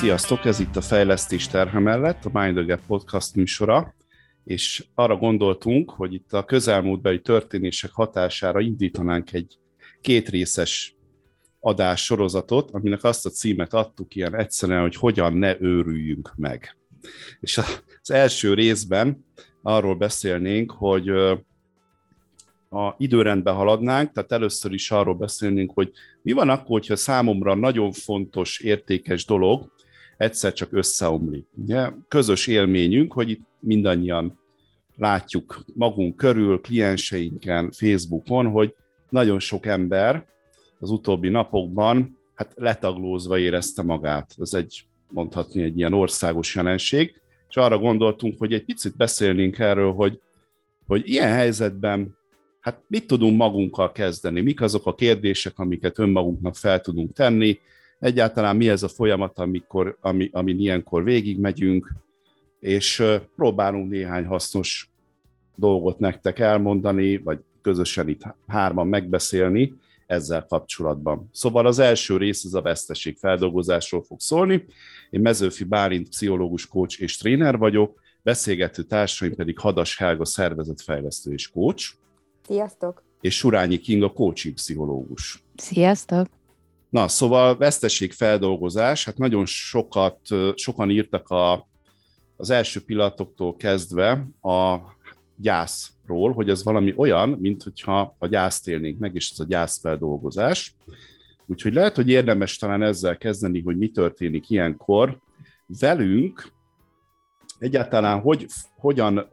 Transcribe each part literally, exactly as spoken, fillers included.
Sziasztok, ez itt a Fejlesztés terhe mellett, a Mind the Gap podcast műsora, és arra gondoltunk, hogy itt a közelmúltbeli történések hatására indítanánk egy kétrészes adás sorozatot, aminek azt a címet adtuk ilyen egyszerűen, hogy hogyan ne őrüljünk meg. És az első részben arról beszélnénk, hogy a időrendben haladnánk, tehát először is arról beszélnénk, hogy mi van akkor, hogyha számomra nagyon fontos, értékes dolog egyszer csak összeomlik. Ugye? Közös élményünk, hogy itt mindannyian látjuk magunk körül, klienseinken, Facebookon, hogy nagyon sok ember az utóbbi napokban hát letaglózva érezte magát. Ez egy, mondhatni, egy ilyen országos jelenség, és arra gondoltunk, hogy egy picit beszélnénk erről, hogy, hogy ilyen helyzetben hát mit tudunk magunkkal kezdeni, mik azok a kérdések, amiket önmagunknak fel tudunk tenni, egyáltalán mi ez a folyamat, amikor, ami, amin ilyenkor végigmegyünk, és próbálunk néhány hasznos dolgot nektek elmondani, vagy közösen itt hárman megbeszélni ezzel kapcsolatban. Szóval az első rész az a veszteségfeldolgozásról fog szólni. Én Mezőfi Bálint, pszichológus, coach és tréner vagyok, beszélgető társaim pedig Hadas Helga, szervezetfejlesztő és coach. Sziasztok! És Surányi Kinga, coaching pszichológus. Sziasztok! Na, szóval veszteségfeldolgozás, hát nagyon sokat, sokan írtak a, az első pillanatoktól kezdve a gyászról, hogy ez valami olyan, mint hogyha a gyászt élnénk meg, és ez a gyászfeldolgozás. Úgyhogy lehet, hogy érdemes talán ezzel kezdeni, hogy mi történik ilyenkor velünk, egyáltalán hogy, hogyan,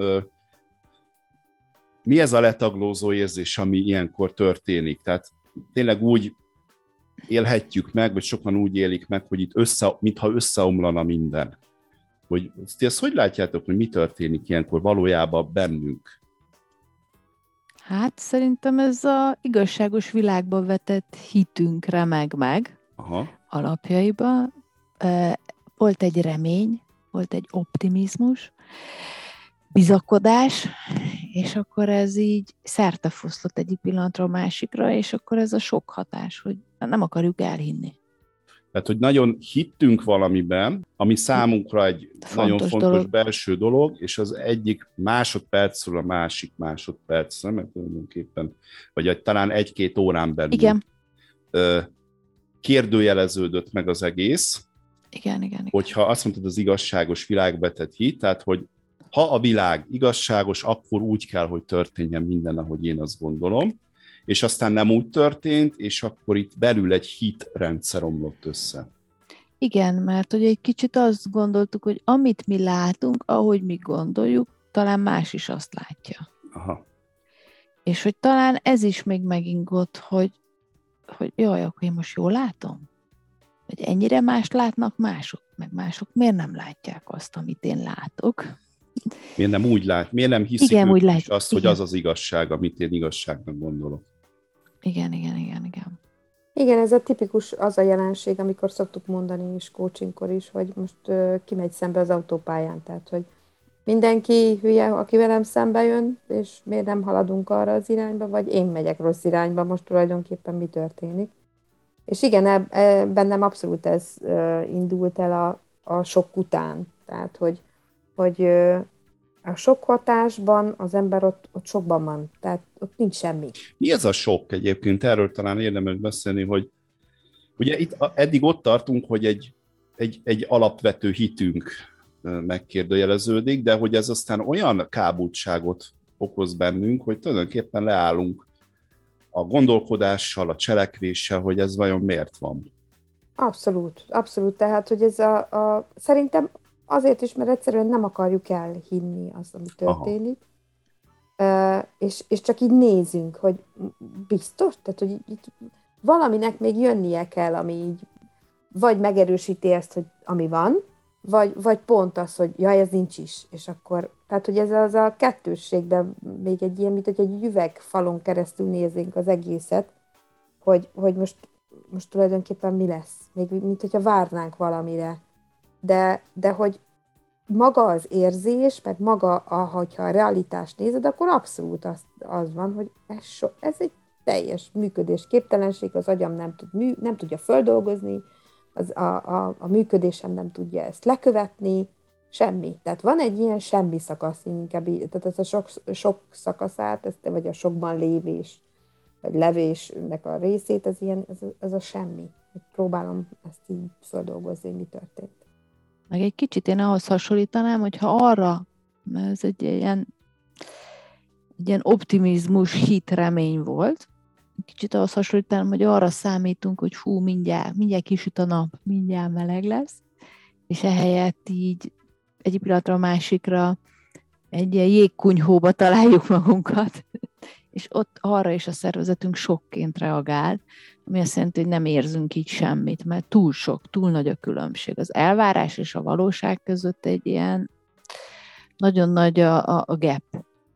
mi ez a letaglózó érzés, ami ilyenkor történik. Tehát tényleg úgy élhetjük meg, vagy sokan úgy élik meg, hogy itt össze, mintha összeomlana minden. Hogy ti ezt hogy látjátok, hogy mi történik ilyenkor valójában bennünk? Hát szerintem ez az igazságos világba vetett hitünkre meg meg Aha. alapjaiban. Volt egy remény, volt egy optimizmus, bizakodás, és akkor ez így szertefoszlott egyik pillanatról a másikra, és akkor ez a sok hatás, hogy nem akarjuk elhinni. Tehát, hogy nagyon hittünk valamiben, ami számunkra egy fontos nagyon fontos dolog. Belső dolog, és az egyik másodpercről a másik másodpercre, mert tulajdonképpen, vagy egy, talán egy-két órán belül igen. kérdőjeleződött meg az egész. Igen, igen, igen. Hogyha azt mondtad, az igazságos világba tett hit, tehát, hogy ha a világ igazságos, akkor úgy kell, hogy történjen minden, ahogy én azt gondolom, és aztán nem úgy történt, és akkor itt belül egy hitrendszer omlott össze. Igen, mert hogy egy kicsit azt gondoltuk, hogy amit mi látunk, ahogy mi gondoljuk, talán más is azt látja. Aha. És hogy talán ez is még megingott, hogy, hogy jaj, akkor én most jól látom? Hogy ennyire mást látnak mások, meg mások miért nem látják azt, amit én látok? Miért nem úgy lát? Miért nem hiszik igen, ők úgy lát... is azt, igen. hogy az az igazság, amit én igazságnak gondolok? Igen, igen, igen, igen. Igen, ez a tipikus az a jelenség, amikor szoktuk mondani is coachingkor is, hogy most uh, kimegy szembe az autópályán, tehát hogy mindenki hülye, aki velem szembe jön, és miért nem haladunk arra az irányba, vagy én megyek rossz irányba, most tulajdonképpen mi történik. És igen, eb- e, bennem abszolút ez uh, indult el a, a sok után, tehát hogy, hogy uh, a sok hatásban az ember ott, ott sokban van, tehát ott nincs semmi. Mi ez a sok egyébként? Erről talán érdemes beszélni, hogy ugye itt eddig ott tartunk, hogy egy, egy, egy alapvető hitünk megkérdőjeleződik, de hogy ez aztán olyan kábultságot okoz bennünk, hogy tulajdonképpen leállunk a gondolkodással, a cselekvéssel, hogy ez vajon miért van. Abszolút, abszolút. Tehát, hogy ez a, a szerintem azért is, mert egyszerűen nem akarjuk elhinni azt, ami történik. Uh, és, és csak így nézünk, hogy biztos? Tehát, hogy így, valaminek még jönnie kell, ami így vagy megerősíti ezt, hogy ami van, vagy, vagy pont az, hogy jaj, ez nincs is. És akkor, tehát, hogy ez az a kettősségben még egy ilyen, mint hogy egy üvegfalon keresztül nézünk az egészet, hogy, hogy most, most tulajdonképpen mi lesz. Még mint hogyha várnánk valamire. De, de hogy maga az érzés, meg maga, a, hogyha a realitást nézed, akkor abszolút az, az van, hogy ez, so, ez egy teljes működésképtelenség, az agyam nem, tud mű, nem tudja földolgozni, az a, a, a működésem nem tudja ezt lekövetni, semmi. Tehát van egy ilyen semmi szakasz, inkább így, tehát ez a sok, sok szakaszát, ezt, vagy a sokban lévés, vagy levésnek a részét, ez, ilyen, ez, ez a semmi. Próbálom ezt így földolgozni, mi történt. Meg egy kicsit én ahhoz hasonlítanám, hogyha arra, mert ez egy ilyen, egy ilyen optimizmus, hit, remény volt, kicsit ahhoz hasonlítanám, hogy arra számítunk, hogy hú, mindjárt, mindjárt kisüt a nap, mindjárt meleg lesz, és ehelyett így egy pillanatra a másikra egy ilyen jégkunyhóba találjuk magunkat, és ott arra is a szervezetünk sokként reagál, ami azt jelenti, hogy nem érzünk így semmit, mert túl sok, túl nagy a különbség. Az elvárás és a valóság között egy ilyen nagyon nagy a, a, a gap.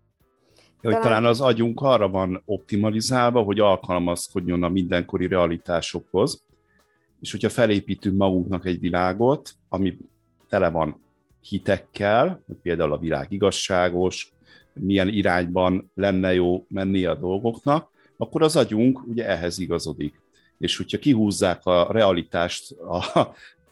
Hogy talán... talán az agyunk arra van optimalizálva, hogy alkalmazkodjon a mindenkori realitásokhoz, és hogyha felépítünk magunknak egy világot, ami tele van hitekkel, hogy például a világ igazságos, milyen irányban lenne jó menni a dolgoknak, akkor az agyunk ugye ehhez igazodik. És hogyha kihúzzák a realitást a,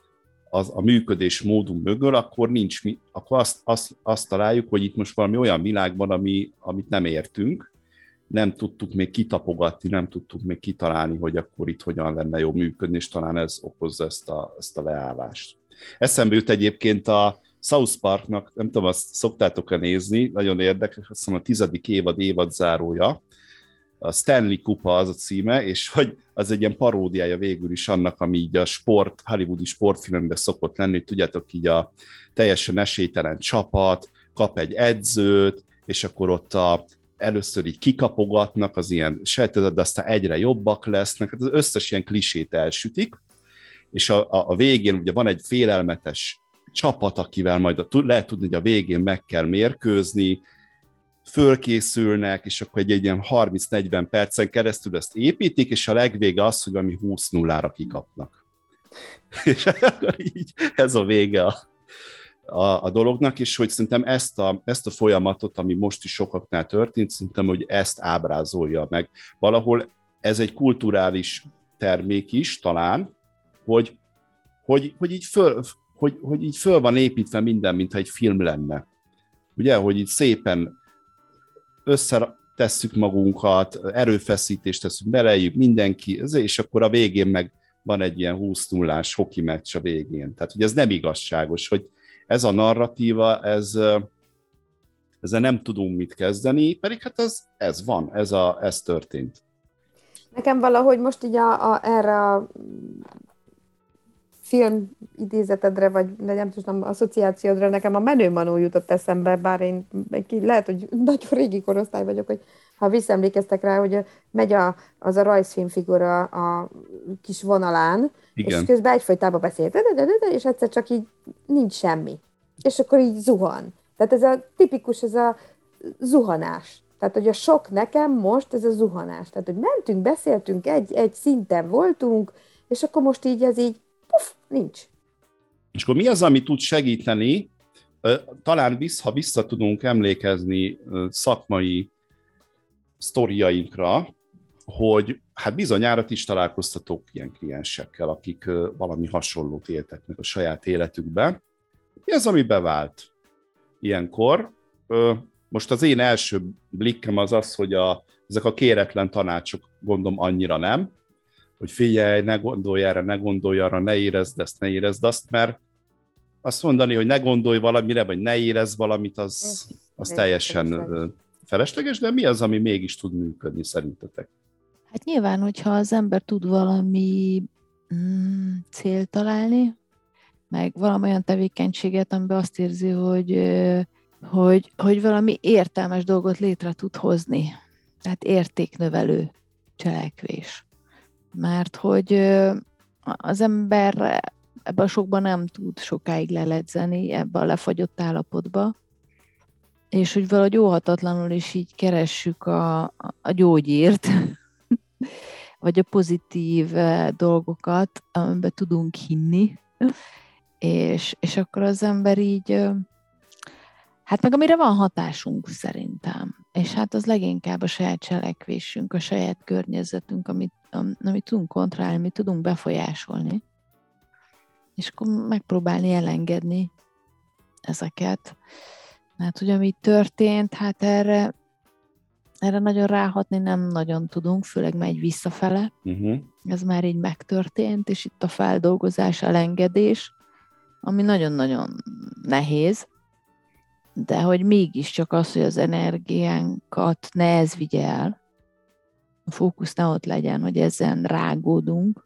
a, a működés módunk mögül, akkor, nincs, akkor azt, azt, azt találjuk, hogy itt most valami olyan világban, ami, amit nem értünk, nem tudtuk még kitapogatni, nem tudtuk még kitalálni, hogy akkor itt hogyan lenne jó működni, és talán ez okozza ezt a, ezt a leállást. Eszembe jut egyébként a South Parknak, nem tudom, azt szoktátok-e nézni, nagyon érdekes, azt hiszem a tizedik évad évadzárója, a Stanley Kupa az a címe, és hogy az egy ilyen paródiája végül is annak, ami így a sport, hollywoodi sportfilmben szokott lenni, hogy tudjátok, így a teljesen esélytelen csapat kap egy edzőt, és akkor ott a, először így kikapogatnak az ilyen sejtetet, de aztán egyre jobbak lesznek, az összes ilyen klisét elsütik, és a, a, a végén ugye van egy félelmetes csapat, akivel majd a, lehet tudni, hogy a végén meg kell mérkőzni, fölkészülnek, és akkor egy, egy ilyen harminc-negyven percen keresztül ezt építik, és a legvége az, hogy valami húsz nullára kikapnak. És akkor így ez a vége a, a, a dolognak, és hogy szerintem ezt a, ezt a folyamatot, ami most is sokaknál történt, szerintem, hogy ezt ábrázolja meg. Valahol ez egy kulturális termék is talán, hogy, hogy, hogy, így, föl, hogy, hogy így föl van építve minden, mintha egy film lenne. Ugye, hogy így szépen összetesszük magunkat, erőfeszítést teszünk, belejük mindenki, és akkor a végén meg van egy ilyen húsz nullás hoki meccs a végén. Tehát, hogy ez nem igazságos, hogy ez a narratíva, ez, ezzel nem tudunk mit kezdeni, pedig hát ez, ez van, ez, a, ez történt. Nekem valahogy most így a, a, erre a film idézetedre, vagy nem tudom, asszociációdra nekem a Menő Manó jutott eszembe, bár én lehet, hogy nagyon régi korosztály vagyok, hogy ha visszaemlékeztek rá, hogy megy a, az a rajzfilmfigura a kis vonalán, igen. És közben egyfolytában beszél, és egyszer csak így nincs semmi. És akkor így zuhan. Tehát ez a tipikus, ez a zuhanás. Tehát, hogy a sok nekem most ez a zuhanás. Tehát, hogy mentünk, beszéltünk, egy, egy szinten voltunk, és akkor most így ez így puf, nincs. És akkor mi az, ami tud segíteni? Talán visz, ha vissza tudunk emlékezni szakmai sztoriainkra, hogy hát bizonyára is találkoztatok ilyen kliensekkel, akik valami hasonlót éltek meg a saját életükben. Mi az, ami bevált ilyenkor? Most az én első blikkem az az, hogy a, ezek a kéretlen tanácsok, gondolom, annyira nem, hogy figyelj, ne gondolj erre, ne gondolj arra, ne érezd ezt, ne érezd azt, mert azt mondani, hogy ne gondolj valamire, vagy ne érezd valamit, az, az teljesen felesleges, de mi az, ami mégis tud működni szerintetek? Hát nyilván, hogyha az ember tud valami mm, célt találni, meg valamilyen tevékenységet, amiben azt érzi, hogy, hogy, hogy valami értelmes dolgot létre tud hozni. Tehát értéknövelő cselekvés. Mert hogy az ember ebben a sokban nem tud sokáig leledzeni, ebben a lefagyott állapotba, és hogy valahogy óhatatlanul is így keressük a, a gyógyírt, vagy a pozitív dolgokat, amiben tudunk hinni, és, és akkor az ember így, hát meg amire van hatásunk szerintem, és hát az leginkább a saját cselekvésünk, a saját környezetünk, amit, amit tudunk kontrollálni, amit tudunk befolyásolni. és akkor megpróbálni elengedni ezeket. Mert hogy ami történt, hát erre, erre nagyon ráhatni nem nagyon tudunk, főleg megy visszafele. Uh-huh. Ez már így megtörtént, és itt a feldolgozás, elengedés, ami nagyon-nagyon nehéz, de hogy mégiscsak az, hogy az energiánkat ne ez vigye el, a fókusz ne ott legyen, hogy ezen rágódunk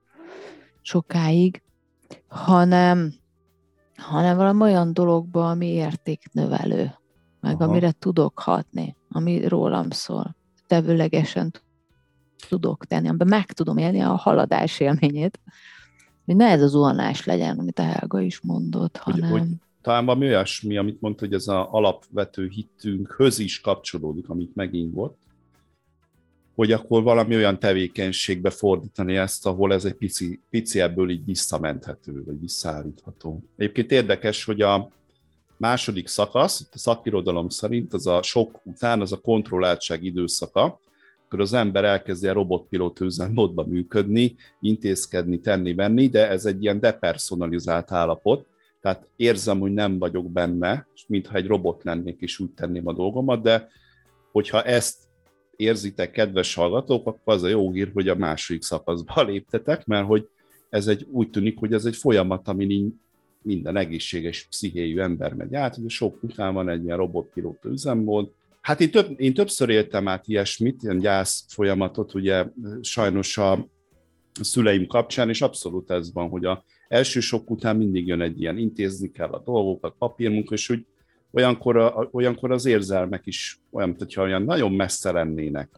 sokáig, hanem, hanem valami olyan dologba, ami értéknövelő, meg Aha. amire tudok hatni, ami rólam szól, tevőlegesen tudok tenni, amiben meg tudom élni a haladás élményét, hogy ne ez az zuhanás legyen, amit a Helga is mondott, Hogy, hanem... hogy talán valami olyasmi, amit mondta, hogy ez az alapvető hitünkhöz is kapcsolódik, amit megingott, hogy akkor valami olyan tevékenységbe fordítani ezt, ahol ez egy pici, pici ebből így visszamenthető, vagy visszaállítható. Egyébként érdekes, hogy a második szakasz, a szakirodalom szerint az a sok után, az a kontrolláltság időszaka, akkor az ember elkezdi a robotpilóta üzemmódba működni, intézkedni, tenni, venni, de ez egy ilyen depersonalizált állapot, tehát érzem, hogy nem vagyok benne, és mintha egy robot lennék, és úgy tenném a dolgomat, de hogyha ezt érzitek, kedves hallgatók, akkor az a jó hír, hogy a második szakaszba léptetek, mert hogy ez egy, úgy tűnik, hogy ez egy folyamat, amin minden egészséges pszichéjű ember megy át, hogy sok után van egy ilyen robotpilóta üzemmód. Hát én, több, én többször éltem át ilyesmit, ilyen gyász folyamatot, ugye sajnos a szüleim kapcsán, és abszolút ez van, hogy az első sok után mindig jön egy ilyen intézni kell a dolgokat, papírmunka, és úgy olyankor, a, olyankor az érzelmek is olyan, mintha olyan nagyon messze lennének.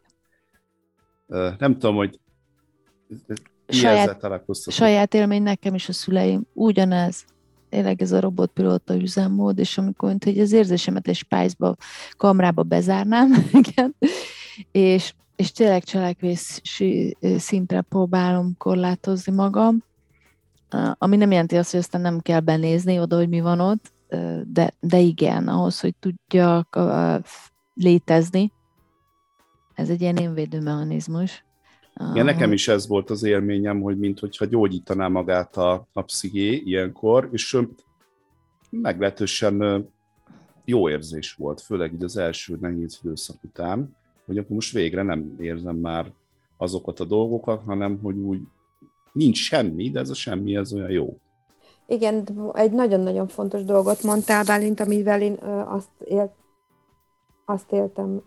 Nem tudom, hogy saját, saját élmény nekem is a szüleim ugyanez. Tényleg ez a robotpilóta üzemmód, és amikor hogy az érzésemet egy spájzba, kamrába bezárnám, igen, és, és tényleg cselekvési szintre próbálom korlátozni magam, ami nem jelenti azt, hogy aztán nem kell benézni oda, hogy mi van ott, de, de igen, ahhoz, hogy tudjak létezni, ez egy ilyen énvédő mechanizmus. Igen, nekem is ez volt az élményem, hogy minthogyha gyógyítaná magát a, a psziché ilyenkor, és meglehetősen jó érzés volt, főleg így az első nehéz időszak után, hogy akkor most végre nem érzem már azokat a dolgokat, hanem hogy úgy nincs semmi, de ez a semmi, ez olyan jó. Igen, egy nagyon-nagyon fontos dolgot mondtál, Bálint, amivel én ö, azt, élt, azt éltem.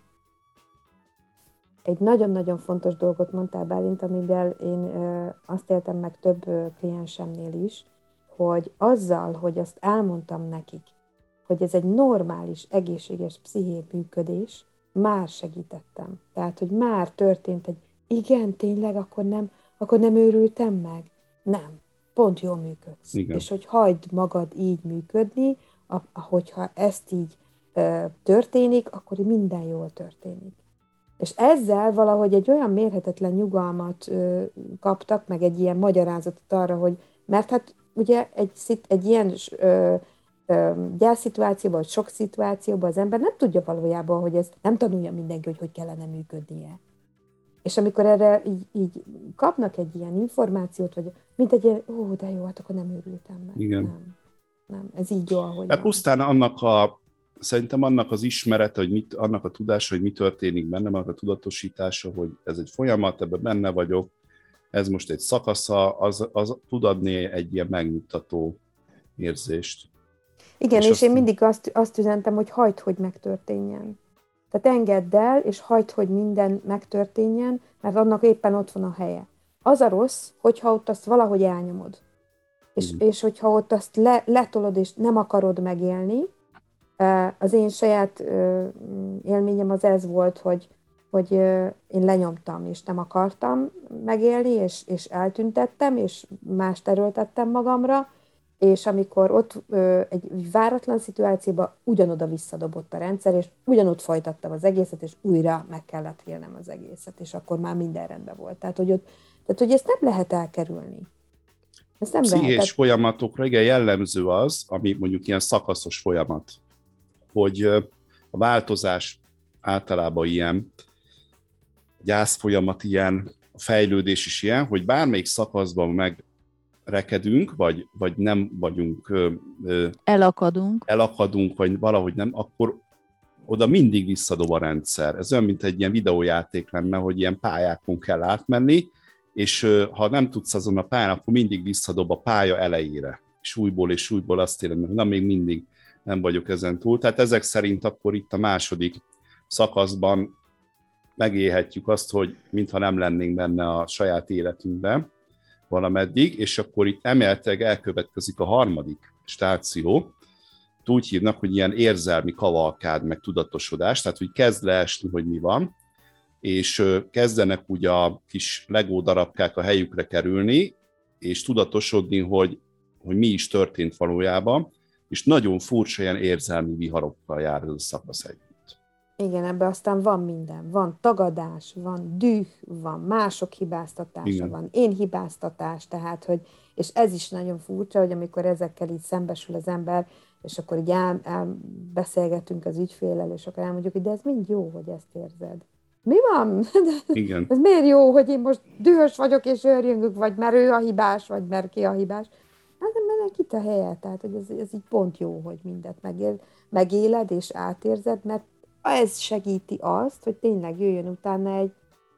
Egy nagyon-nagyon fontos dolgot mondtál, Bálint, amivel én ö, azt éltem meg több ö, kliensemnél is, hogy azzal, hogy azt elmondtam nekik, hogy ez egy normális, egészséges psziché működés, már segítettem. Tehát, hogy már történt egy, igen, tényleg, akkor nem, akkor nem őrültem meg? Nem. Pont jól működsz. Igen. És hogy hagyd magad így működni, hogyha ezt így ö, történik, akkor minden jól történik. És ezzel valahogy egy olyan mérhetetlen nyugalmat ö, kaptak, meg egy ilyen magyarázatot arra, hogy mert hát ugye egy, egy ilyen ö, ö, gyászszituációban, vagy sok szituációban az ember nem tudja valójában, hogy ez nem tanulja mindenki, hogy hogy kellene működnie. És amikor erre így, így kapnak egy ilyen információt, vagy mint egy ilyen, ó, de jó, hát akkor nem őrültem meg. Igen. Nem, nem, ez így jó, ahogy hát pusztán annak a, szerintem annak az ismerete, hogy mit, annak a tudása, hogy mi történik bennem, annak a tudatosítása, hogy ez egy folyamat, ebben benne vagyok, ez most egy szakasza, az, az tud adni egy ilyen megnyugtató érzést. Igen, és, és én mindig azt, azt üzentem, hogy hagyd, hogy megtörténjen. Tehát engedd el, és hagyd, hogy minden megtörténjen, mert annak éppen ott van a helye. Az a rossz, hogyha ott azt valahogy elnyomod. És, mm. és hogyha ott azt le, letolod, és nem akarod megélni, az én saját élményem az ez volt, hogy, hogy én lenyomtam, és nem akartam megélni, és, és eltüntettem, és mást erőltettem magamra, és amikor ott ö, egy váratlan szituációban ugyanoda visszadobott a rendszer, és ugyanott folytattam az egészet, és újra meg kellett élnem az egészet, és akkor már minden rendben volt. Tehát, hogy, ott, tehát, hogy ezt nem lehet elkerülni. Ezt nem pszichés lehet. folyamatokra igen jellemző az, ami mondjuk ilyen szakaszos folyamat, hogy a változás általában ilyen, gyászfolyamat ilyen, a fejlődés is ilyen, hogy bármelyik szakaszban meg rekedünk, vagy, vagy nem vagyunk, ö, ö, Elakadunk. elakadunk, vagy valahogy nem, akkor oda mindig visszadob a rendszer. Ez olyan, mint egy ilyen videójáték lenne, hogy ilyen pályákon kell átmenni, és ö, ha nem tudsz azon a pályán, akkor mindig visszadob a pálya elejére. És újból és újból azt érem, hogy na, még mindig nem vagyok ezen túl. Tehát ezek szerint akkor itt a második szakaszban megélhetjük azt, hogy mintha nem lennénk benne a saját életünkben valameddig, és akkor itt emeletileg elkövetkezik a harmadik stáció, úgy hívnak, hogy ilyen érzelmi kavalkád, meg tudatosodás, tehát hogy kezd leesni, hogy mi van, és kezdenek ugye a kis legó darabkák a helyükre kerülni, és tudatosodni, hogy, hogy mi is történt valójában, és nagyon furcsa ilyen érzelmi viharokkal jár ez a szakasz együtt. Igen, ebben aztán van minden. Van tagadás, van düh, van mások hibáztatása, Igen. van én hibáztatás, tehát, hogy, és ez is nagyon furcsa, hogy amikor ezekkel így szembesül az ember, és akkor így el, el beszélgetünk az ügyféllel, és akkor elmondjuk, hogy de ez mind jó, hogy ezt érzed. Mi van? Igen. Ez miért jó, hogy én most dühös vagyok, és őrjöngök, vagy mert ő a hibás, vagy mert ki a hibás? Hát mert itt a helye, tehát hogy ez, ez így pont jó, hogy mindet megél, megéled, és átérzed, mert ez segíti azt, hogy tényleg jöjjön utána egy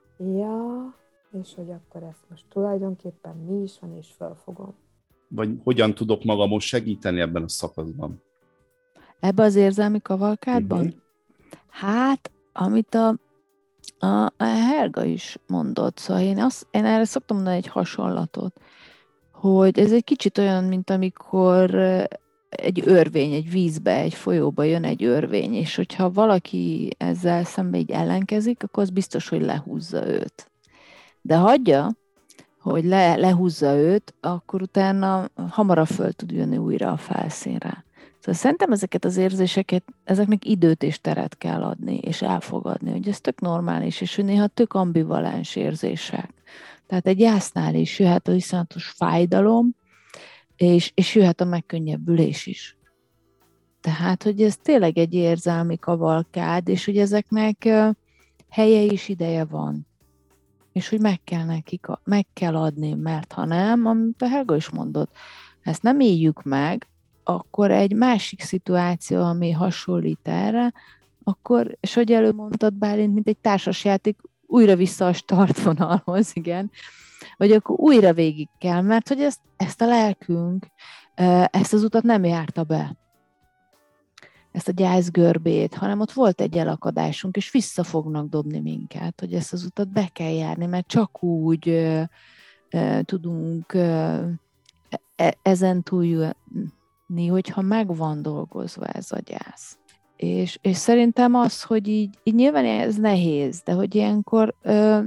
ja, és hogy akkor ezt most tulajdonképpen mi is van, és fölfogom. Vagy hogyan tudok magamon segíteni ebben a szakaszban? Ebbe az érzelmi kavalkádban? Uh-huh. Hát, amit a, a, a Helga is mondott, szóval én, azt, én erre szoktam mondani egy hasonlatot, hogy ez egy kicsit olyan, mint amikor egy örvény, egy vízbe, egy folyóba jön egy örvény, és hogyha valaki ezzel szemben így ellenkezik, akkor az biztos, hogy lehúzza őt. De hagyja, hogy le, lehúzza őt, akkor utána hamarabb föl tud jönni újra a felszínre. Szóval szerintem ezeket az érzéseket, ezeknek időt és teret kell adni, és elfogadni, hogy ez tök normális, és hogy néha tök ambivalens érzések. Tehát egy jásznál is jöhet a iszonyatos fájdalom, és, és jöhet a megkönnyebbülés is. Tehát, hogy ez tényleg egy érzelmi kavalkád, és hogy ezeknek helye és ideje van. És hogy meg kell nekik, meg kell adni, mert ha nem, amit a Helga is mondott, ezt nem éljük meg, akkor egy másik szituáció, ami hasonlít erre, akkor, és hogy előbb mondtad, Bálint, mint egy társasjáték, újra vissza a startvonalhoz, igen, vagy akkor újra végig kell, mert hogy ezt, ezt a lelkünk, ezt az utat nem járta be, ezt a gyászgörbét, hanem ott volt egy elakadásunk, és vissza fognak dobni minket, hogy ezt az utat be kell járni, mert csak úgy ö, ö, tudunk ö, e, ezen túljönni, hogyha meg van dolgozva ez a gyász. És, és szerintem az, hogy így, így nyilván ez nehéz, de hogy ilyenkor ö,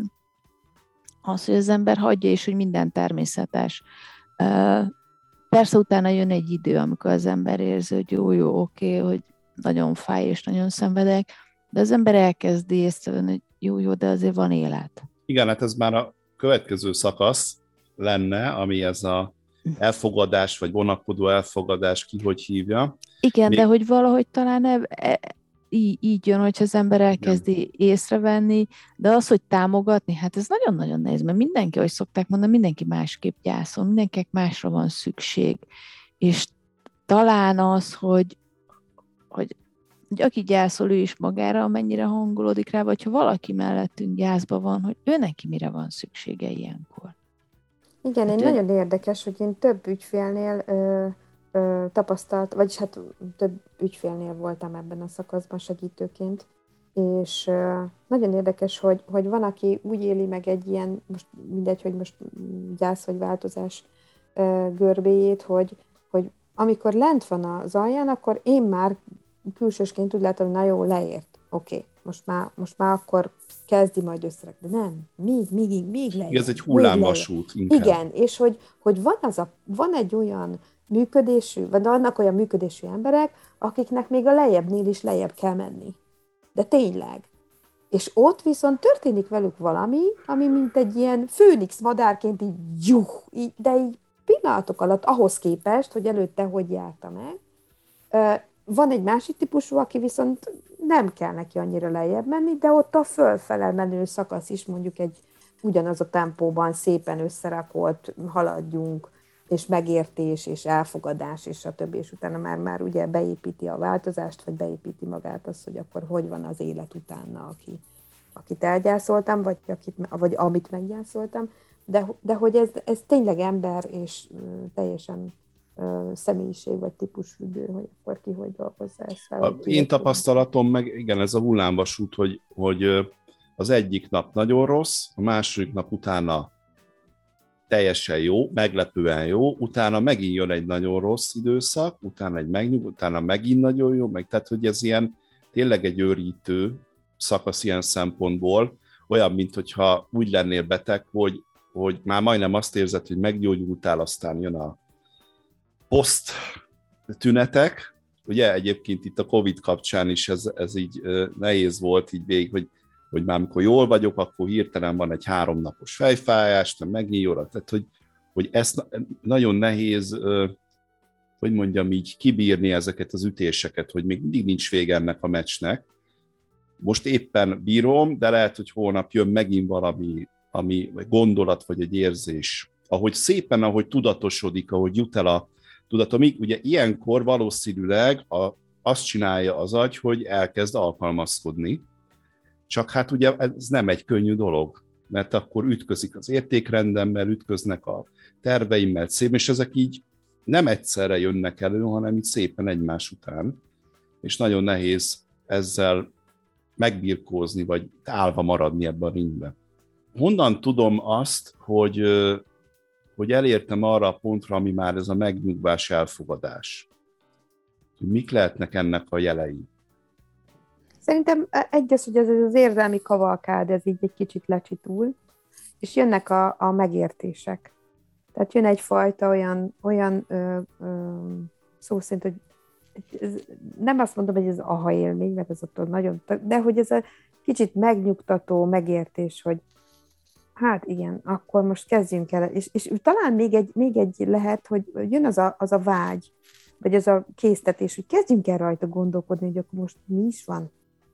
az, hogy az ember hagyja, és hogy minden természetes. Ö, persze utána jön egy idő, amikor az ember érzi, hogy jó, jó, oké, hogy nagyon fáj és nagyon szenvedek, de az ember elkezdi észrevenni, hogy jó, jó, de azért van élet. Igen, hát ez már a következő szakasz lenne, ami ez a elfogadás, vagy vonakodó elfogadás, ki hogy hívja. Igen, Még... de hogy valahogy talán e, e, így, így jön, hogyha az ember elkezdi Igen. észrevenni, de az, hogy támogatni, hát ez nagyon-nagyon nehéz, mert mindenki, ahogy szokták mondani, mindenki másképp gyászol, mindenkinek másra van szükség, és talán az, hogy Hogy, hogy aki gyászol, ő is magára, amennyire hangolódik rá, vagy ha valaki mellettünk gyászban van, hogy ő neki mire van szüksége ilyenkor. Igen, én hát nagyon ő... érdekes, hogy én több ügyfélnél ö, ö, tapasztalt, vagyis hát több ügyfélnél voltam ebben a szakaszban segítőként, és ö, nagyon érdekes, hogy, hogy van, aki úgy éli meg egy ilyen, most mindegy, hogy most gyász vagy változás ö, görbéjét, hogy, hogy amikor lent van az alján, akkor én már külsősként úgy látom, hogy na jó, leért. Oké, okay. most, már, most már akkor kezdi majd összerak. De nem, még, még, még leért. Ez egy hullámvasút inkább. Igen, és hogy, hogy van, az a, van egy olyan működésű, vagy vannak olyan működésű emberek, akiknek még a lejjebbnél is lejjebb kell menni. De tényleg. És ott viszont történik velük valami, ami mint egy ilyen főnix madárként így juh, így, de így pillanatok alatt ahhoz képest, hogy előtte hogy járta meg. Van egy másik típusú, aki viszont nem kell neki annyira lejjebb menni, de ott a fölfele menő szakasz is mondjuk egy ugyanaz a tempóban szépen összerakott, haladjunk, és megértés, és elfogadás, és a többi, és utána már, már ugye beépíti a változást, vagy beépíti magát az, hogy akkor hogy van az élet utána, aki, akit elgyászoltam, vagy, akit, vagy amit meggyászoltam, de, de hogy ez, ez tényleg ember, és uh, teljesen uh, személyiség, vagy típusfüggő, hogy akkor ki hogy dolgozza ezt fel. A én tapasztalatom meg, igen, ez a hullámvasút, hogy, hogy az egyik nap nagyon rossz, a második nap utána teljesen jó, meglepően jó, utána megint jön egy nagyon rossz időszak, utána egy megnyug, utána megint nagyon jó, meg tehát, hogy ez ilyen tényleg egy őrítő szakasz ilyen szempontból, olyan, mint hogyha úgy lennél beteg, hogy, hogy már majdnem azt érzed, hogy meggyógyultál, aztán jön a poszt tünetek. Ugye egyébként itt a Covid kapcsán is ez, ez így nehéz volt így végig, hogy hogy már amikor jól vagyok, akkor hirtelen van egy háromnapos fejfájás, nem megnyílja, tehát hogy, hogy ezt nagyon nehéz, hogy mondjam így, kibírni ezeket az ütéseket, hogy még mindig nincs vége ennek a meccsnek. Most éppen bírom, de lehet, hogy holnap jön megint valami ami gondolat vagy egy érzés. Ahogy szépen, ahogy tudatosodik, ahogy jut el a tudatomig, ugye ilyenkor valószínűleg a, azt csinálja az agy, hogy elkezd alkalmazkodni. Csak hát ugye ez nem egy könnyű dolog, mert akkor ütközik az értékrendemmel, ütköznek a terveimmel, szép, és ezek így nem egyszerre jönnek elő, hanem így szépen egymás után, és nagyon nehéz ezzel megbirkózni, vagy állva maradni ebben a ringben. Honnan tudom azt, hogy, hogy elértem arra a pontra, ami már ez a megnyugvás, elfogadás? Hogy mik lehetnek ennek a jelei? Szerintem egy az, hogy ez az érzelmi kavalkád, ez így egy kicsit lecsitul, és jönnek a, a megértések. Tehát jön egyfajta olyan, olyan ö, ö, szó szerint, hogy ez, nem azt mondom, hogy ez aha élmény, mert ez attól nagyon, de hogy ez a kicsit megnyugtató megértés, hogy hát igen, akkor most kezdjünk el, és, és talán még egy, még egy lehet, hogy jön az a, az a vágy, vagy az a késztetés, hogy kezdjünk el rajta gondolkodni, hogy akkor most mi is van.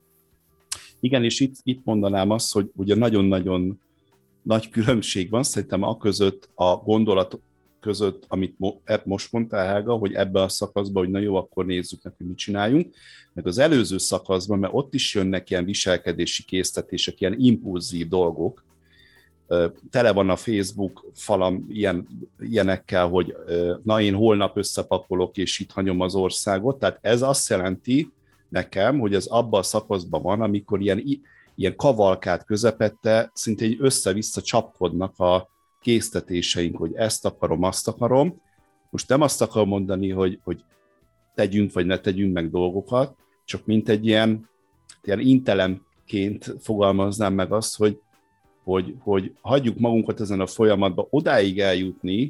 Igen, és itt, itt mondanám azt, hogy ugye nagyon-nagyon nagy különbség van, szerintem a között, a gondolat között, amit most mondtál, Helga, hogy ebben a szakaszban, hogy na jó, akkor nézzük meg, hogy mit csináljunk, meg az előző szakaszban, mert ott is jönnek ilyen viselkedési késztetések, ilyen impulzív dolgok, tele van a Facebook falam ilyen, ilyenekkel, hogy na én holnap összepakolok, és itt hagyom az országot, tehát ez azt jelenti nekem, hogy ez abban a szakaszban van, amikor ilyen, ilyen kavalkád közepette szinte egy össze-vissza csapkodnak a késztetéseink, hogy ezt akarom, azt akarom. Most nem azt akarom mondani, hogy, hogy tegyünk vagy ne tegyünk meg dolgokat, csak mint egy ilyen, ilyen intelemként fogalmaznám meg azt, hogy, hogy, hogy hagyjuk magunkat ezen a folyamatban odáig eljutni,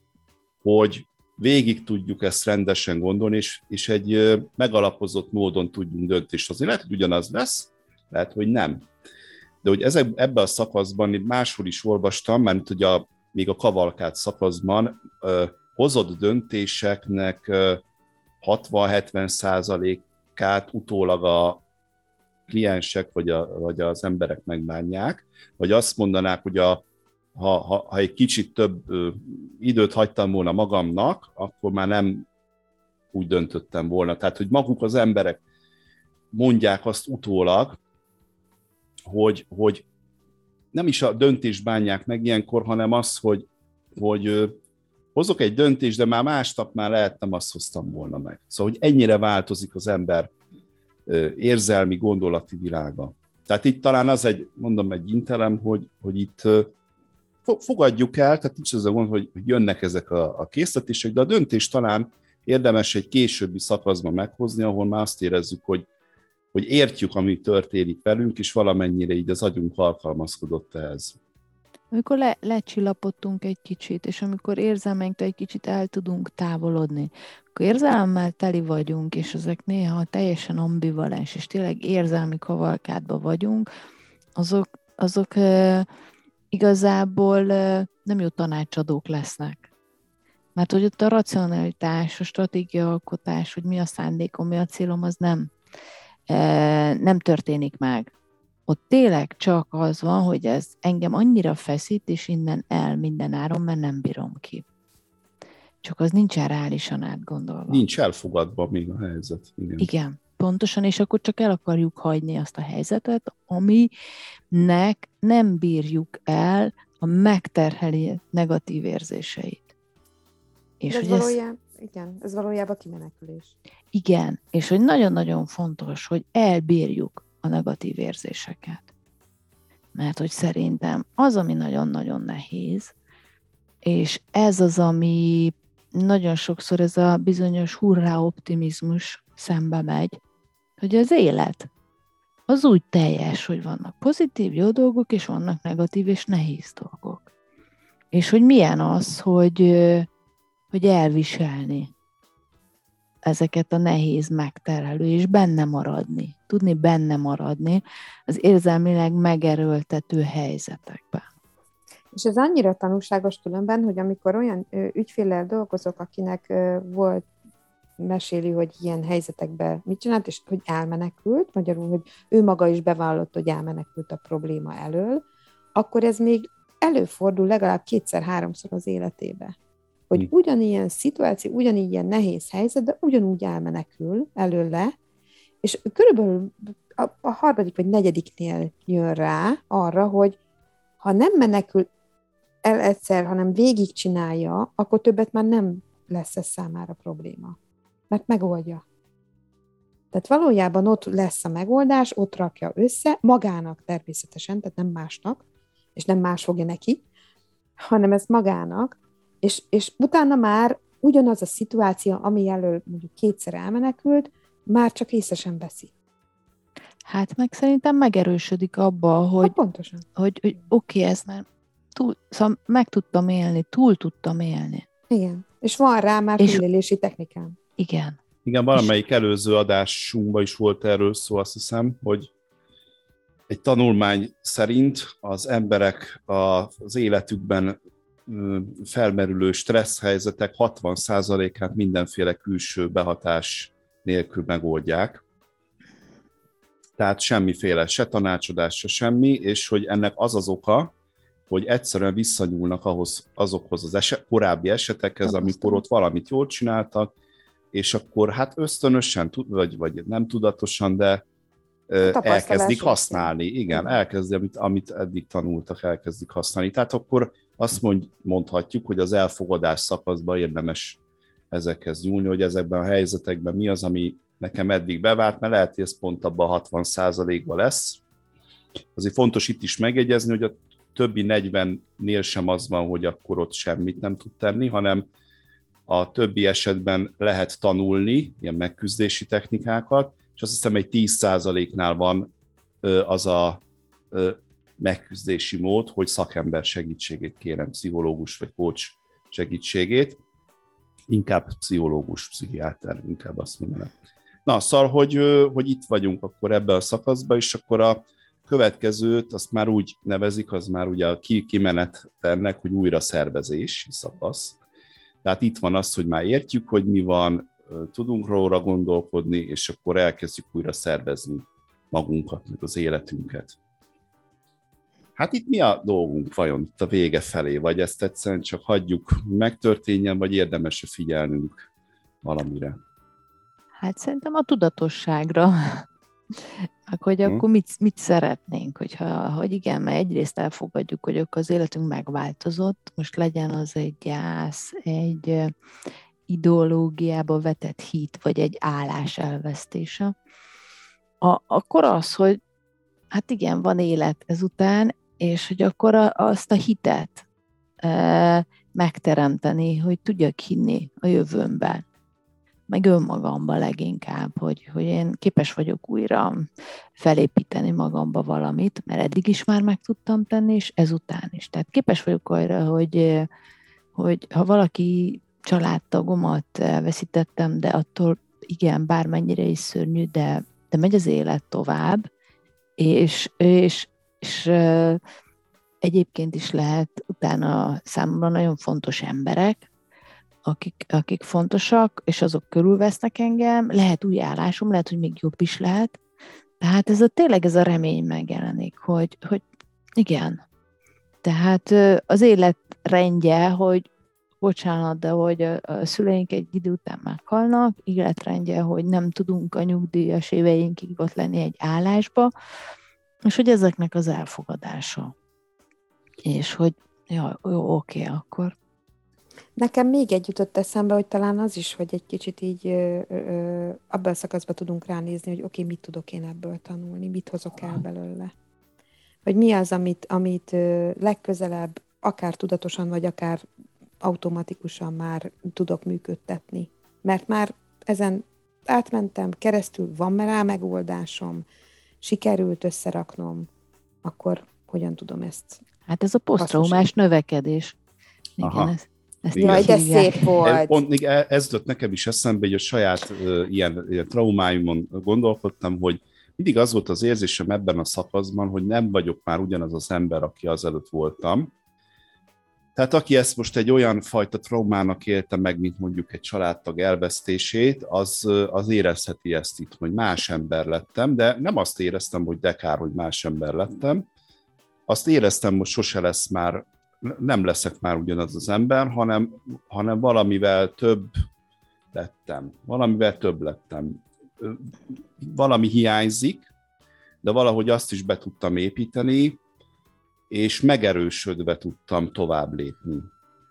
hogy végig tudjuk ezt rendesen gondolni, és, és egy megalapozott módon tudjunk döntést hozni. Lehet, hogy ugyanaz lesz, lehet, hogy nem. De hogy ezek, ebben a szakaszban, máshol is olvastam, mert hogy a, még a kavalkád szakaszban ö, hozott döntéseknek ö, hatvan-hetven százalékát utólag a kliensek vagy, a, vagy az emberek megbánják, vagy azt mondanák, hogy a, ha, ha, ha egy kicsit több ö, időt hagytam volna magamnak, akkor már nem úgy döntöttem volna. Tehát, hogy maguk az emberek mondják azt utólag, hogy, hogy nem is a döntést bánják meg ilyenkor, hanem az, hogy, hogy ö, hozok egy döntést, de már másnap már lehet nem azt hoztam volna meg. Szóval, hogy ennyire változik az ember ö, érzelmi, gondolati világa. Tehát itt talán az egy, mondom, egy intelem, hogy, hogy itt ö, fogadjuk el, tehát nincs az a gond, hogy jönnek ezek a, a készletések, de a döntés talán érdemes egy későbbi szakaszban meghozni, ahol már azt érezzük, hogy, hogy értjük, ami történik velünk, és valamennyire így az agyunk alkalmazkodott ehhez. Amikor le, lecsillapodtunk egy kicsit, és amikor érzelmeinktől egy kicsit el tudunk távolodni, akkor érzelemmel teli vagyunk, és ezek néha teljesen ambivalens, és tényleg érzelmi kavalkádban vagyunk, azok, azok uh, igazából uh, nem jó tanácsadók lesznek. Mert hogy ott a racionalitás, a stratégiaalkotás, hogy mi a szándékom, mi a célom, az nem, uh, nem történik meg. Ott tényleg csak az van, hogy ez engem annyira feszít, és innen el minden áron, mert nem bírom ki. csak az nincsen reálisan átgondolva. Nincs elfogadva még a helyzet. Igen. Igen, pontosan, és akkor csak el akarjuk hagyni azt a helyzetet, aminek nem bírjuk el a megterheli negatív érzéseit. És ez, valójában, ez igen, ez valójában kimenekülés. Igen, és hogy nagyon-nagyon fontos, hogy elbírjuk a negatív érzéseket. Mert hogy szerintem az, ami nagyon-nagyon nehéz, és ez az, ami nagyon sokszor ez a bizonyos hurrá optimizmus szembe megy, hogy az élet az úgy teljes, hogy vannak pozitív, jó dolgok, és vannak negatív és nehéz dolgok. És hogy milyen az, hogy, hogy elviselni ezeket a nehéz, megterhelő, és benne maradni, tudni benne maradni az érzelmileg megerőltető helyzetekben. És ez annyira tanulságos különben, hogy amikor olyan ö, ügyféllel dolgozok, akinek ö, volt, meséli, hogy ilyen helyzetekben mit csinált, és hogy elmenekült, magyarul, hogy ő maga is bevallott, hogy elmenekült a probléma elől, akkor ez még előfordul legalább kétszer-háromszor az életébe. Hogy ugyanilyen szituáció, ugyanígy ilyen nehéz helyzet, de ugyanúgy elmenekül előle, és körülbelül a, a harmadik vagy negyediknél jön rá arra, hogy ha nem menekül el egyszer, hanem végigcsinálja, akkor többet már nem lesz ez számára probléma. Mert megoldja. Tehát valójában ott lesz a megoldás, ott rakja össze, magának természetesen, tehát nem másnak, és nem más fogja neki, hanem ez magának, és, és utána már ugyanaz a szituáció, ami elől mondjuk kétszer elmenekült, már csak észre sem veszi. Hát meg szerintem megerősödik abba, hogy, pontosan. hogy, hogy oké, okay, ezt már túl, szóval meg tudtam élni, túl tudtam élni. Igen, és van rá már túlélési technikám. Igen. Igen, valamelyik előző adásunkban is volt erről szó, azt hiszem, hogy egy tanulmány szerint az emberek az életükben felmerülő stressz helyzetek hatvan százalékát mindenféle külső behatás nélkül megoldják. Tehát semmiféle, se tanácsadás, se semmi, és hogy ennek az az oka, hogy egyszerűen visszanyúlnak ahhoz, azokhoz az eset, korábbi esetekhez, amikor ott valamit jól csináltak, és akkor hát ösztönösen, vagy, vagy nem tudatosan, de elkezdik használni. Igen, elkezdi, amit, amit eddig tanultak, elkezdik használni. Tehát akkor azt mond, mondhatjuk, hogy az elfogadás szakaszban érdemes ezekhez nyúlni, hogy ezekben a helyzetekben mi az, ami nekem eddig bevált, mert lehet, hogy ez pont abban a hatvan százalékban lesz. Azért fontos itt is megjegyezni, hogy a többi negyvennél sem az van, hogy akkor ott semmit nem tud tenni, hanem a többi esetben lehet tanulni ilyen megküzdési technikákat, és azt hiszem egy tíz százaléknál van az a megküzdési mód, hogy szakember segítségét kérem, pszichológus vagy coach segítségét, inkább pszichológus, pszichiáter, inkább azt mondanám. Na, szóval, hogy, hogy itt vagyunk akkor ebben a szakaszban, és akkor a következőt azt már úgy nevezik, az már ugye a kimenet ennek, hogy újra szervezési szakasz. Tehát itt van az, hogy már értjük, hogy mi van, tudunk róla gondolkodni, és akkor elkezdjük újra szervezni magunkat, meg az életünket. Hát itt mi a dolgunk vajon itt a vége felé, vagy ezt egyszerűen csak hagyjuk megtörténjen, vagy érdemes figyelnünk valamire? Hát szerintem a tudatosságra. Meg hogy akkor hmm. mit, mit szeretnénk, hogyha, hogy igen, mert egyrészt elfogadjuk, hogy akkor az életünk megváltozott, most legyen az egy gyász, egy ideológiába vetett hit, vagy egy állás elvesztése. A, akkor az, hogy hát igen, van élet ezután, és hogy akkor a, azt a hitet e, megteremteni, hogy tudjak hinni a jövőmben, meg önmagamban leginkább, hogy, hogy én képes vagyok újra felépíteni magamba valamit, mert eddig is már meg tudtam tenni, és ezután is. Tehát képes vagyok arra, hogy, hogy ha valaki családtagomat elveszítettem, de attól igen, bármennyire is szörnyű, de, de megy az élet tovább, és, és, és egyébként is lehet utána számomra nagyon fontos emberek, akik, akik fontosak, és azok körülvesznek engem, lehet új állásom, lehet, hogy még jobb is lehet. Tehát ez a, tényleg ez a remény megjelenik, hogy, hogy igen. Tehát az élet rendje, hogy bocsánat, de hogy a, a szüleink egy idő után meghalnak, életrendje, hogy nem tudunk a nyugdíjas éveinkig ott lenni egy állásba, és hogy ezeknek az elfogadása. És hogy ja, jó, oké, akkor. Nekem még egy jutott eszembe, hogy talán az is, hogy egy kicsit így ö, ö, abban a szakaszban tudunk ránézni, hogy oké, mit tudok én ebből tanulni, mit hozok el belőle. Hogy mi az, amit, amit ö, legközelebb, akár tudatosan, vagy akár automatikusan már tudok működtetni. Mert már ezen átmentem, keresztül van rá megoldásom, sikerült összeraknom, akkor hogyan tudom ezt? Hát ez a posztraumás növekedés. Igen, Aha. ez, ezt Igen. Jaj, de hívják. szép volt! Pont még e- ez jutott nekem is eszembe, hogy a saját uh, ilyen, ilyen traumáimon gondolkodtam, hogy mindig az volt az érzésem ebben a szakaszban, hogy nem vagyok már ugyanaz az ember, aki azelőtt voltam. Tehát aki ezt most egy olyan fajta traumának élte meg, mint mondjuk egy családtag elvesztését, az, az érezheti ezt itt, hogy más ember lettem, de nem azt éreztem, hogy de kár, hogy más ember lettem. Azt éreztem, hogy sose lesz már, nem leszek már ugyanaz az ember, hanem, hanem valamivel több lettem. Valamivel több lettem. Valami hiányzik, de valahogy azt is be tudtam építeni, és megerősödve tudtam tovább lépni.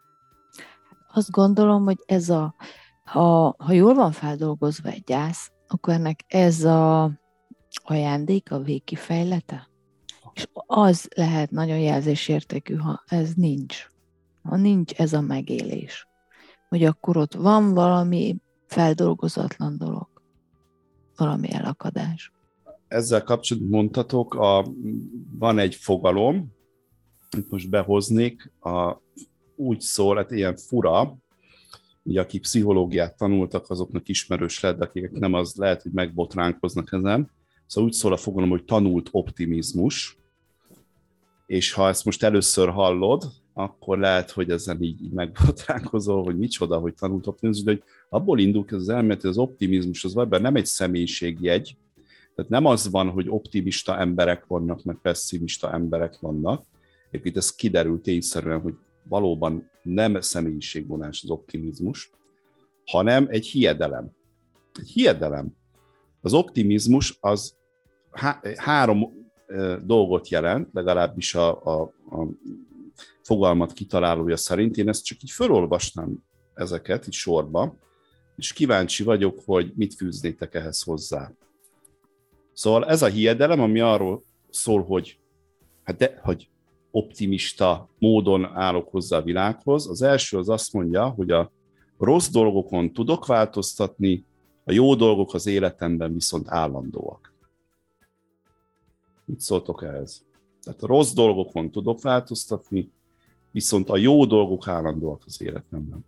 Azt gondolom, hogy ez a, ha, ha jól van feldolgozva egy gyász, akkor ennek ez a ajándék, a végkifejlete, és az lehet nagyon jelzésértékű, ha ez nincs. Ha nincs ez a megélés. Hogy akkor ott van valami feldolgozatlan dolog. Valami elakadás. Ezzel kapcsolatban mondhatok, a, van egy fogalom, itt most behoznék, a, úgy szól, hát ilyen fura, ugye akik pszichológiát tanultak, azoknak ismerős lehet, de akik nem, az lehet, hogy megbotránkoznak ezen. Szóval úgy szól a fogalom, hogy tanult optimizmus, és ha ezt most először hallod, akkor lehet, hogy ezen így, így megbotránkozol, hogy micsoda, hogy tanult optimizmus, de hogy abból indul ez az elmélet, hogy az optimizmus az valóban nem egy személyiségjegy, tehát nem az van, hogy optimista emberek vannak, meg pessimista emberek vannak. Egyébként ez kiderült tényszerűen, hogy valóban nem személyiségvonás az optimizmus, hanem egy hiedelem. Egy hiedelem. Az optimizmus az há- három e, dolgot jelent, legalábbis a, a, a fogalmat kitalálója szerint. Én ezt csak így felolvasnám ezeket, így sorba, és kíváncsi vagyok, hogy mit fűznétek ehhez hozzá. Szóval ez a hiedelem, ami arról szól, hogy, hát de, hogy optimista módon állok hozzá a világhoz. Az első az azt mondja, hogy a rossz dolgokon tudok változtatni, a jó dolgok az életemben viszont állandóak. Mit szóltok ehhez? Tehát a rossz dolgokon tudok változtatni, viszont a jó dolgok állandóak az életemben.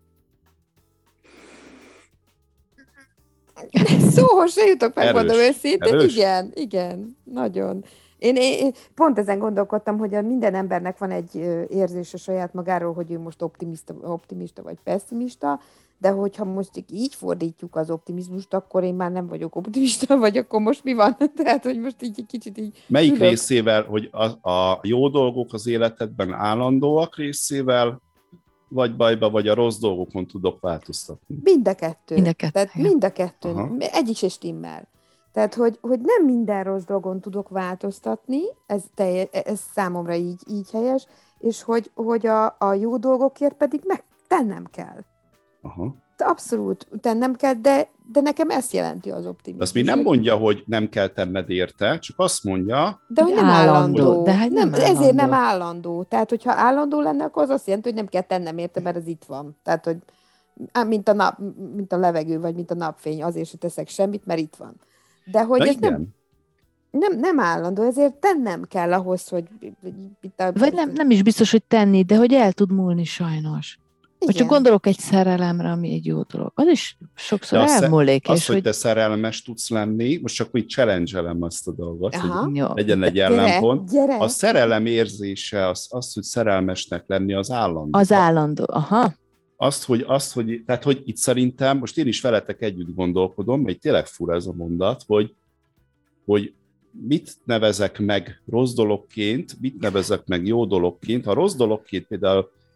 Szóhoz se jutok, megmondom Erős. őszintén. Erős? Igen, igen, nagyon. Én, én pont ezen gondolkodtam, hogy a minden embernek van egy ö, érzése saját magáról, hogy ő most optimista, optimista vagy pessimista, de hogyha most így fordítjuk az optimizmust, akkor én már nem vagyok optimista, vagy akkor most mi van? Tehát, hogy most így egy kicsit így... Melyik ülök. részével, hogy a, a jó dolgok az életedben állandóak részével, vagy bajba, vagy a rossz dolgokon tudok változtatni? Mind a kettő. Mind a kettő, Tehát igen. mind a kettő. Aha. Egyik se stimmel. Tehát, hogy, hogy nem minden rossz dolgon tudok változtatni, ez, telje, ez számomra így, így helyes, és hogy, hogy a, a jó dolgokért pedig meg tennem kell. Aha. De abszolút tennem kell, de, de nekem ezt jelenti az optimizmus. Azt még nem mondja, hogy nem kell tenned érte, csak azt mondja, De hogy nem állandó, állandó. de hát nem nem, ezért állandó. nem állandó. Tehát, hogyha állandó lenne, akkor az azt jelenti, hogy nem kell tennem érte, mert ez itt van. Tehát, hogy á, mint a, nap, mint a levegő, vagy mint a napfény, azért se teszek semmit, mert itt van. De hogy na ez igen. nem, nem, nem állandó, ezért tennem kell ahhoz, hogy... Itt a, Vagy nem, nem is biztos, hogy tenni, de hogy el tud múlni sajnos. Vagy csak gondolok egy szerelemre, ami egy jó dolog. Az is sokszor De azt, elmúlik. az, és hogy hogy... te szerelmes tudsz lenni, most csak úgy challenge-elem azt a dolgot, Aha. hogy Jó. legyen egy Gyere, ellenpont. gyere. A szerelem érzése, az, az, hogy szerelmesnek lenni, az állandó. Az állandó, aha. Azt, hogy, azt, hogy, tehát, hogy itt szerintem, most én is veletek együtt gondolkodom, mert tényleg fura ez a mondat, hogy, hogy mit nevezek meg rossz dologként, mit nevezek meg jó dologként. Ha rossz dologként például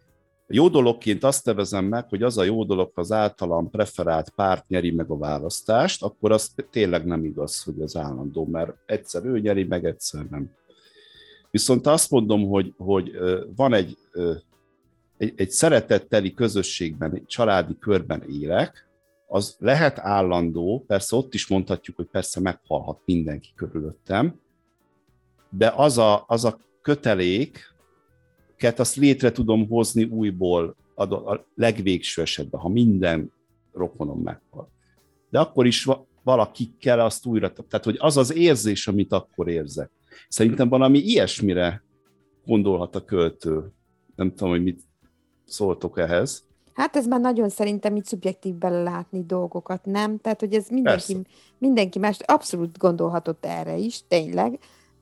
Jó dologként azt nevezem meg, hogy az a jó dolog, ha az általam preferált párt nyeri meg a választást, akkor az tényleg nem igaz, hogy az állandó, mert egyszer ő nyeri, meg egyszer nem. Viszont azt mondom, hogy, hogy van egy, egy, egy szeretetteli közösségben, egy családi körben élek, az lehet állandó, persze ott is mondhatjuk, hogy persze meghalhat mindenki körülöttem, de az a, az a kötelék, azt létre tudom hozni újból a legvégső esetben, ha minden rokonom meghal. De akkor is valakikkel azt újra, tehát hogy az az érzés, amit akkor érzek. Szerintem valami ilyesmire gondolhat a költő. Nem tudom, hogy mit szóltok ehhez. Hát ez már nagyon szerintem így szubjektív belelátni dolgokat, nem? Tehát, hogy ez mindenki, mindenki más, abszolút gondolhatott erre is, tényleg.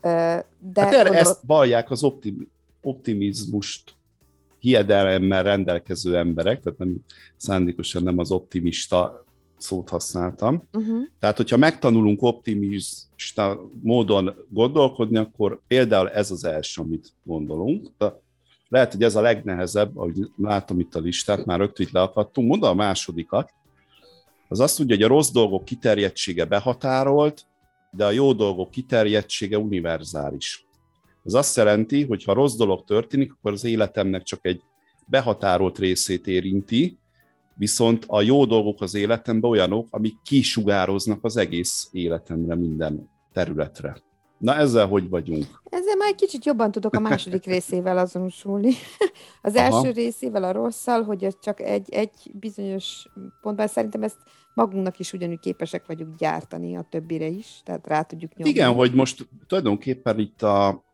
De hát erre gondol... ezt vallják az optim, optimizmust hiedelemmel rendelkező emberek, tehát nem szándékosan nem az optimista szót használtam. Uh-huh. Tehát, hogyha megtanulunk optimista módon gondolkodni, akkor például ez az első, amit gondolunk. De lehet, hogy ez a legnehezebb, ahogy látom itt a listát, már rögtön itt leakadtunk. Mondom a másodikat. Az azt mondja, hogy a rossz dolgok kiterjedtsége behatárolt, de a jó dolgok kiterjedtsége univerzális. Ez azt jelenti, hogy ha rossz dolog történik, akkor az életemnek csak egy behatárolt részét érinti, viszont a jó dolgok az életemben olyanok, amik kisugároznak az egész életemre, minden területre. Na ezzel hogy vagyunk? Ezzel már egy kicsit jobban tudok a második részével azonosulni. Az Aha. első részével a rosszal, hogy ez csak egy, egy bizonyos pontban, szerintem ezt magunknak is ugyanúgy képesek vagyunk gyártani a többire is, tehát rá tudjuk nyomni. Igen, hogy most tulajdonképpen itt a,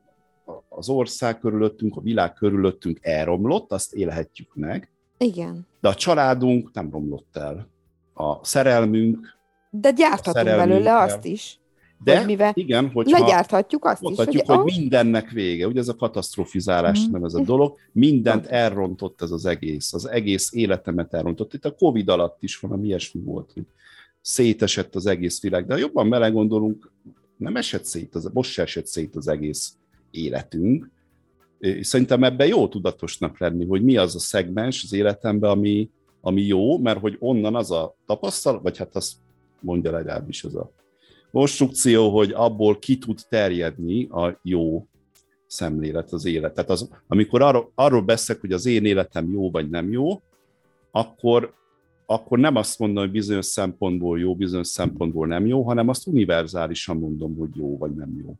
az ország körülöttünk, a világ körülöttünk elromlott, azt élhetjük meg. Igen. De a családunk nem romlott el. A szerelmünk... De gyárthatunk belőle azt is. De hogy mivel igen, hogyha legyárthatjuk azt mondhatjuk, is. Hogy, hogy mindennek vége. Ugye ez a katasztrofizálás mm. nevezett dolog. Mindent elrontott ez az egész. Az egész életemet elrontott. Itt a Covid alatt is valami ilyesmi volt, hogy szétesett az egész világ. De ha jobban belegondolunk, nem esett szét, az, most se esett szét az egész életünk. Szerintem ebben jó tudatosnak lenni, hogy mi az a szegmens az életemben, ami, ami jó, mert hogy onnan az a tapasztalat, vagy hát azt mondja legalábbis az a konstrukció, hogy abból ki tud terjedni a jó szemlélet, az élet. Tehát az, amikor arról, arról beszélek, hogy az én életem jó vagy nem jó, akkor, akkor nem azt mondom, hogy bizonyos szempontból jó, bizonyos szempontból nem jó, hanem azt univerzálisan mondom, hogy jó vagy nem jó.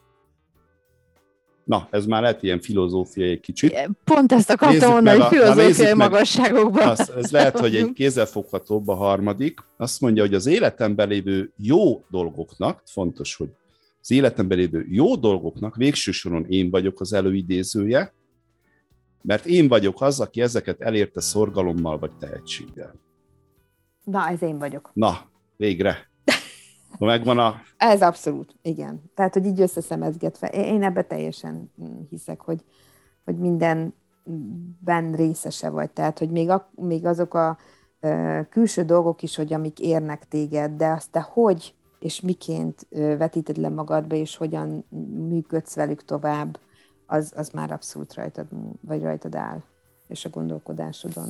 Na, ez már lehet ilyen filozófiai egy kicsit. Pont ezt akartam mondani, hogy filozófiai magasságokban. Az, ez lehet, hogy egy kézzelfoghatóbb a harmadik. Azt mondja, hogy az életemben lévő jó dolgoknak, fontos, hogy az életemben lévő jó dolgoknak végső soron én vagyok az előidézője, mert én vagyok az, aki ezeket elérte szorgalommal vagy tehetséggel. Na, ez én vagyok. Na, végre. Megvan a... Ez abszolút, igen. Tehát, hogy így összeszemezgetve. Én ebbe teljesen hiszek, hogy, hogy mindenben részese vagy. Tehát, hogy még, a, még azok a uh, külső dolgok is, hogy amik érnek téged, de azt te hogy és miként uh, vetíted le magadba, és hogyan működsz velük tovább, az, az már abszolút rajtad, vagy rajtad áll, és a gondolkodásodon.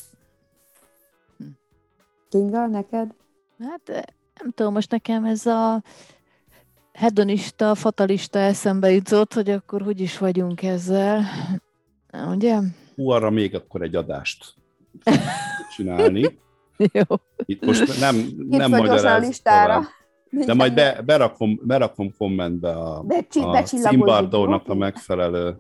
Hm. Kinga, neked? Hát... Nem tudom, most nekem ez a hedonista, fatalista eszembe jutott, hogy akkor hogy is vagyunk ezzel. Ugye? Hú, arra még akkor egy adást csinálni. Jó. Itt most nem, nem magyarázom tovább. De majd be, berakom, berakom kommentbe a, a Zimbardo-nak a megfelelő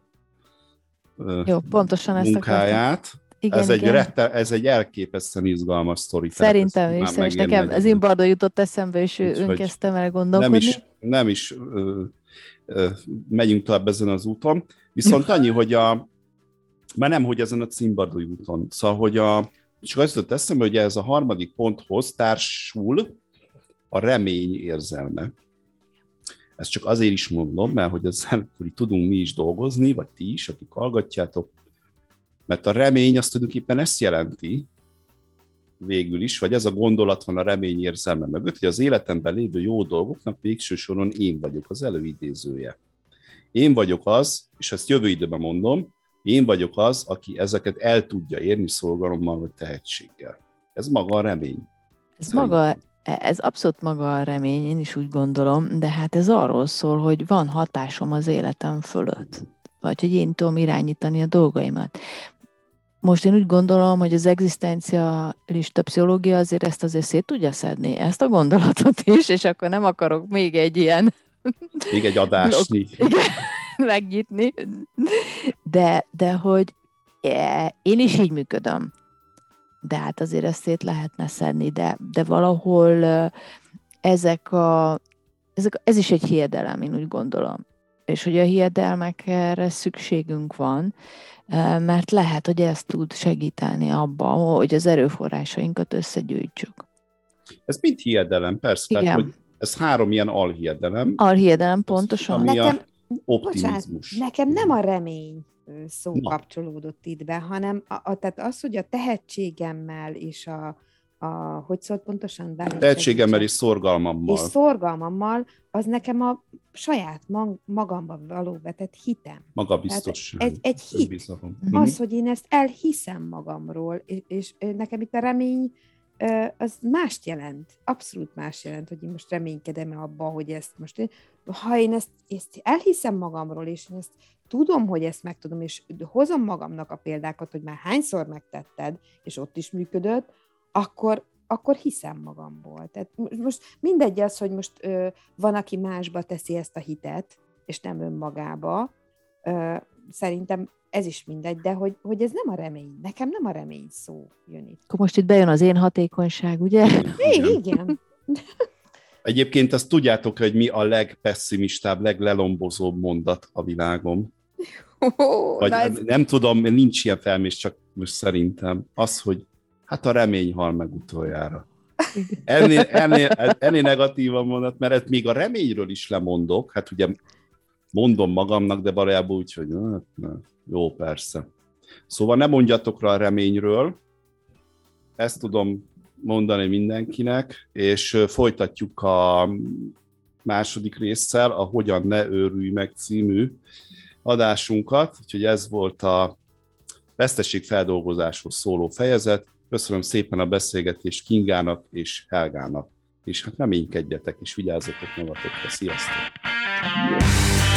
Jó, pontosan munkáját. Igen, ez, egy igen. rette, ez egy elképesztően izgalmas sztori. Szerintem is, és nekem az Zimbardo jutott eszembe, és ő ön kezdtem el gondolkodni. Nem is, nem is ö, ö, megyünk tovább ezen az úton, viszont annyi, hogy a, már nem, hogy ezen a Zimbardo úton, szóval, hogy a, csak azt jutott eszembe, hogy ez a harmadik ponthoz társul a remény érzelme. Ezt csak azért is mondom, mert hogy ezzel tudunk mi is dolgozni, vagy ti is, akik hallgatjátok, mert a remény azt tulajdonképpen ezt jelenti végül is, vagy ez a gondolat van a remény érzelme mögött, hogy az életemben lévő jó dolgoknak végső soron én vagyok az előidézője. Én vagyok az, és ezt jövő időben mondom, Én vagyok az, aki ezeket el tudja érni szorgalommal vagy tehetséggel. Ez maga a remény. Ez, maga, ez abszolút maga a remény, én is úgy gondolom, de hát ez arról szól, hogy van hatásom az életem fölött. Vagy hogy én tudom irányítani a dolgaimat. Most én úgy gondolom, hogy az egzisztencialista pszichológia azért ezt azért szét tudja szedni, ezt a gondolatot is, és akkor nem akarok még egy ilyen... Még egy adásni. megnyitni. De, de hogy én is így működöm. De hát azért ezt szét lehetne szedni, de, de valahol ezek a, ezek, ez is egy hiedelem, én úgy gondolom. És hogy a hiedelmekre szükségünk van, mert lehet, hogy ez tud segíteni abban, hogy az erőforrásainkat összegyűjtsük. Ez mind hiedelem, persze. Igen. Tehát, hogy ez három ilyen alhiedelem. Alhiedelem, pontosan. Ami Nekem, a optimizmus. Bocsánat, nekem nem a remény szó Na. kapcsolódott itt be, hanem a, a, tehát az, hogy a tehetségemmel és a, a hogy szólt pontosan? Bálint, Tehetségemmel és szorgalmammal. És szorgalmammal, az nekem a saját mag, magamban való vetett hitem. Magabiztosság. Egy, egy hit. Bizalom. Az, hogy én ezt elhiszem magamról, és, és nekem itt a remény az mást jelent, abszolút más jelent, hogy én most reménykedem abban, hogy ezt most én, ha én ezt, ezt elhiszem magamról, és én ezt tudom, hogy ezt megtudom, és hozom magamnak a példákat, hogy már hányszor megtetted, és ott is működött, akkor, akkor hiszem magamból. Tehát most mindegy az, hogy most ö, van, aki másba teszi ezt a hitet, és nem önmagába. Ö, szerintem ez is mindegy, de hogy, hogy ez nem a remény. Nekem nem a remény szó jön itt. Akkor most itt bejön az én hatékonyság, ugye? Igen. Igen. Egyébként azt tudjátok, hogy mi a legpesszimistább, leglelombozóbb mondat a világon. Oh, Vagy ez... nem tudom, nincs ilyen felmérés, csak most szerintem az, hogy hát a remény hal meg utoljára. Ennél, ennél, ennél negatívan mondat, mert még a reményről is lemondok, hát ugye mondom magamnak, de valójában úgy, hogy na, na, jó, persze. Szóval ne mondjatok rá a reményről, ezt tudom mondani mindenkinek, és folytatjuk a második résszel, a Hogyan ne őrülj meg című adásunkat, úgyhogy ez volt a veszteségfeldolgozásról szóló fejezet. Köszönöm szépen a beszélgetést Kingának és Helgának, és hát reménykedjetek, és vigyázzatok magatokra. Sziasztok!